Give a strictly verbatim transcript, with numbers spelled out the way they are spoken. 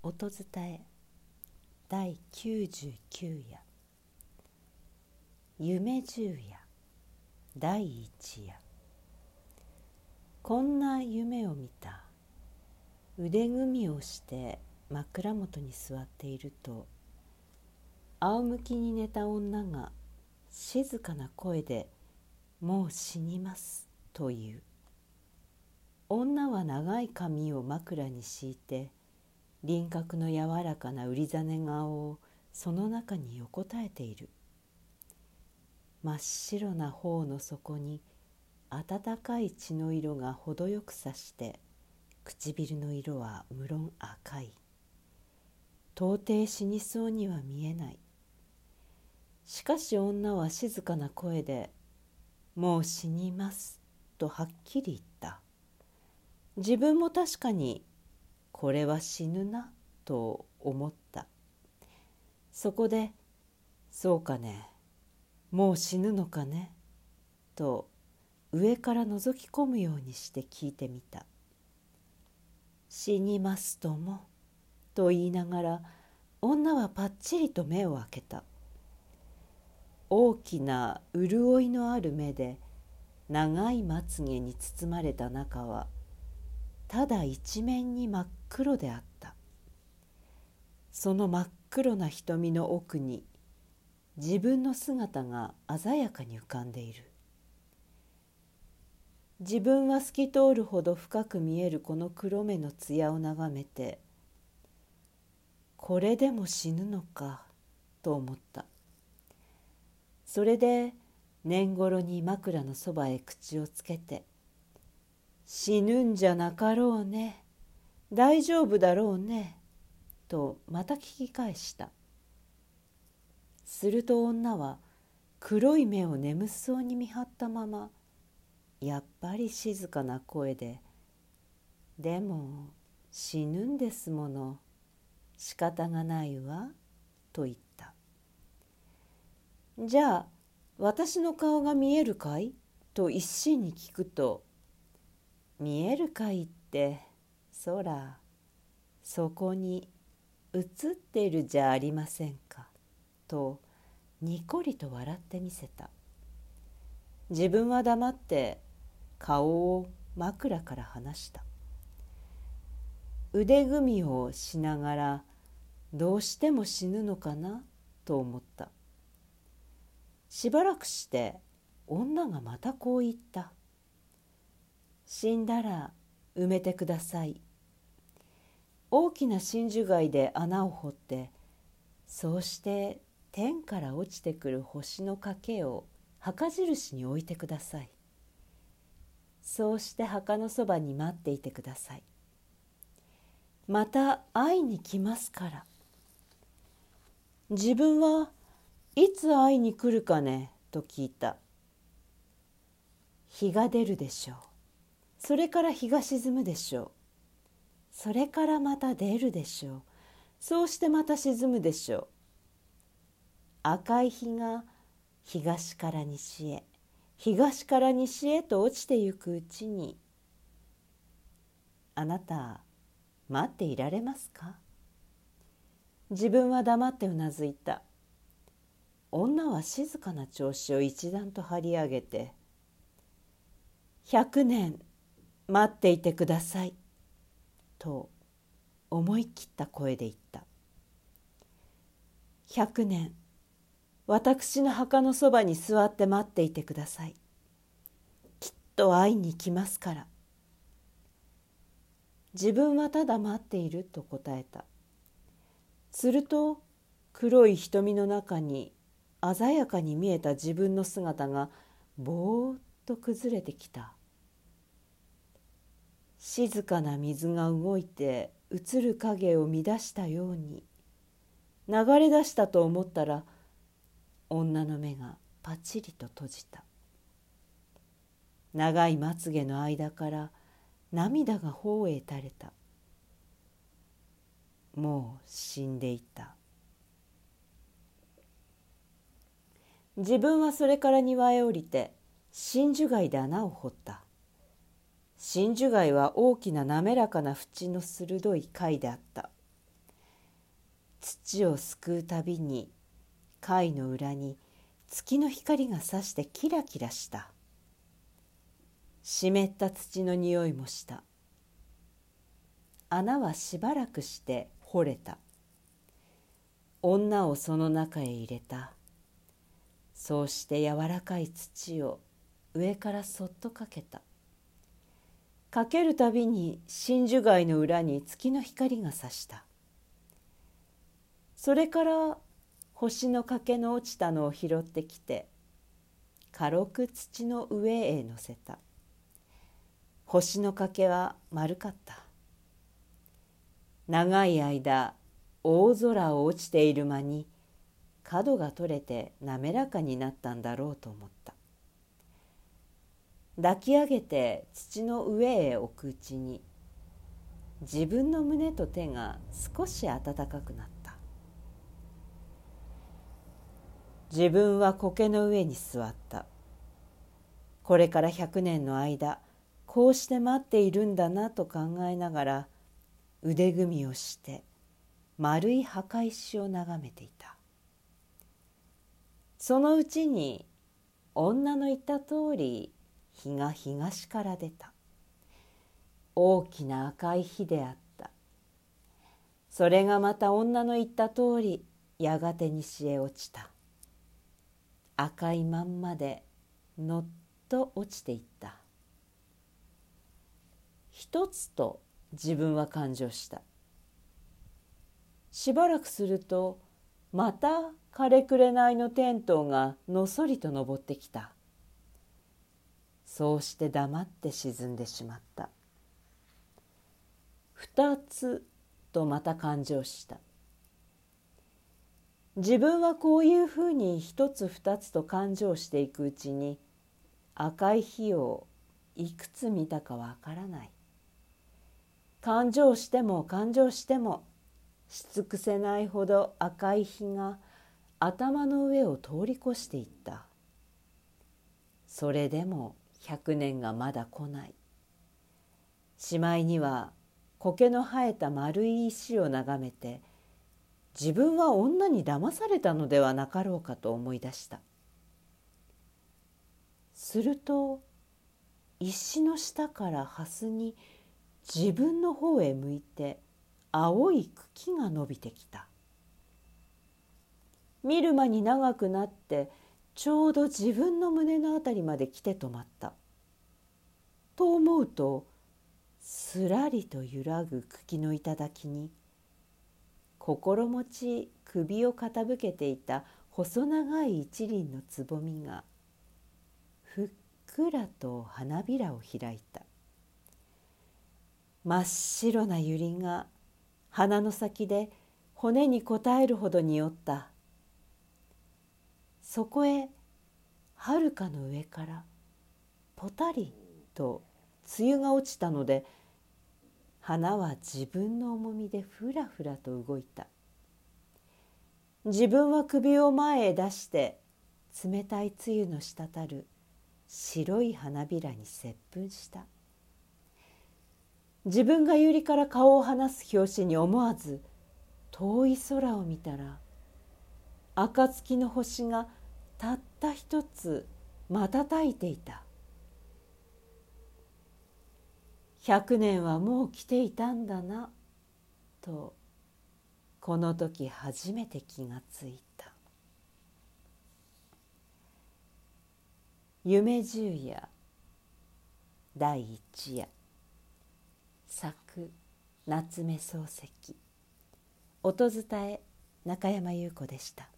音伝えだいきゅうじゅうきゅう夜夢十夜だいいち夜。こんな夢を見た。腕組みをして枕元に座っていると、仰向きに寝た女が静かな声で「もう死にます」と言う。女は長い髪を枕に敷いて、輪郭の柔らかなうりざね顔をその中に横たえている。真っ白な頬の底に温かい血の色が程よくさして、唇の色は無論赤い。到底死にそうには見えない。しかし女は静かな声で「もう死にます」とはっきり言った。自分も確かにこれは死ぬなと思った。そこで「そうかね、もう死ぬのかね」と上から覗き込むようにして聞いてみた。死にますともと言いながら、女はぱっちりと目を開けた。大きな潤いのある目で長いまつげに包まれた中はただ一面に真っ黒であった。その真っ黒な瞳の奥に自分の姿が鮮やかに浮かんでいる。自分は透き通るほど深く見えるこの黒目の艶を眺めて、これでも死ぬのかと思った。それで年頃に枕のそばへ口をつけて、死ぬんじゃなかろうね、大丈夫だろうね、とまた聞き返した。すると女は黒い目を眠そうに見張ったまま、やっぱり静かな声で「でも死ぬんですもの、仕方がないわ」と言った。じゃあ私の顔が見えるかいと一心に聞くと、見えるかいって、そらそこに映っているじゃありませんかとにこりと笑ってみせた。自分は黙って顔を枕から離した。腕組みをしながらどうしても死ぬのかなと思った。しばらくして女がまたこう言った。死んだら埋めてください。大きな真珠貝で穴を掘って、そうして天から落ちてくる星の賭けを墓印に置いてください。そうして墓のそばに待っていてください。また会いに来ますから。自分はいつ会いに来るかねと聞いた。日が出るでしょう。それから日が沈むでしょう。それからまた出るでしょう。そうしてまた沈むでしょう。赤い日が東から西へ、東から西へと落ちてゆくうちに、あなた待っていられますか？自分は黙ってうなずいた。女は静かな調子を一段と張り上げて、百年待っていてくださいと思い切った声で言った。百年私の墓のそばに座って待っていてください。きっと会いに来ますから。自分はただ待っていると答えた。すると黒い瞳の中に鮮やかに見えた自分の姿がぼーっと崩れてきた。静かな水が動いて映る影を乱したように流れ出したと思ったら、女の目がパチリと閉じた。長いまつげの間から涙が頬へ垂れた。もう死んでいた。自分はそれから庭へ降りて真珠貝で穴を掘った。真珠貝は大きな滑らかな縁の鋭い貝であった。 土をすくうたびに貝の裏に月の光がさしてキラキラした。湿った土の匂いもした。穴はしばらくして掘れた。女をその中へ入れた。そうして柔らかい土を上からそっとかけた。かけるたびに真珠貝の裏に月の光がさした。それから星のかけの落ちたのを拾ってきて軽く土の上へ乗せた。星のかけは丸かった。長い間大空を落ちている間に角が取れて滑らかになったんだろうと思った。抱き上げて土の上へ置くうちに自分の胸と手が少し暖かくなった。自分は苔の上に座った。これから百年の間こうして待っているんだなと考えながら腕組みをして丸い墓石を眺めていた。そのうちに女の言った通り日が東から出た。大きな赤い火であった。それがまた女の言った通りやがて西へ落ちた。赤いまんまでのっと落ちていった。一つと自分は感情した。しばらくするとまた枯れくれないの天灯がのそりと昇ってきた。そうして黙って沈んでしまった。二つとまた感情した。自分はこういうふうに一つ二つと感情していくうちに赤い火をいくつ見たかわからない。感情しても感情してもし尽くせないほど赤い火が頭の上を通り越していった。それでも百年がまだ来ない。しまいには苔の生えた丸い石を眺めて自分は女に騙されたのではなかろうかと思い出した。すると石の下から蓮に自分の方へ向いて青い茎が伸びてきた。見る間に長くなってちょうど自分の胸のあたりまで来て止まった。と思うとすらりと揺らぐ茎の頂に心持ち首を傾けていた細長い一輪のつぼみがふっくらと花びらを開いた。真っ白な百合が花の先で骨に応えるほどにおった。そこへはるかの上からぽたりと露が落ちたので花は自分の重みでふらふらと動いた。自分は首を前へ出して冷たい露の滴る白い花びらに接吻した。自分が百合から顔を離す拍子に思わず遠い空を見たら暁の星がたった一つ瞬いていた。百年はもう来ていたんだなとこの時初めて気がついた。夢十夜第一夜作夏目漱石音伝え中山優子でした。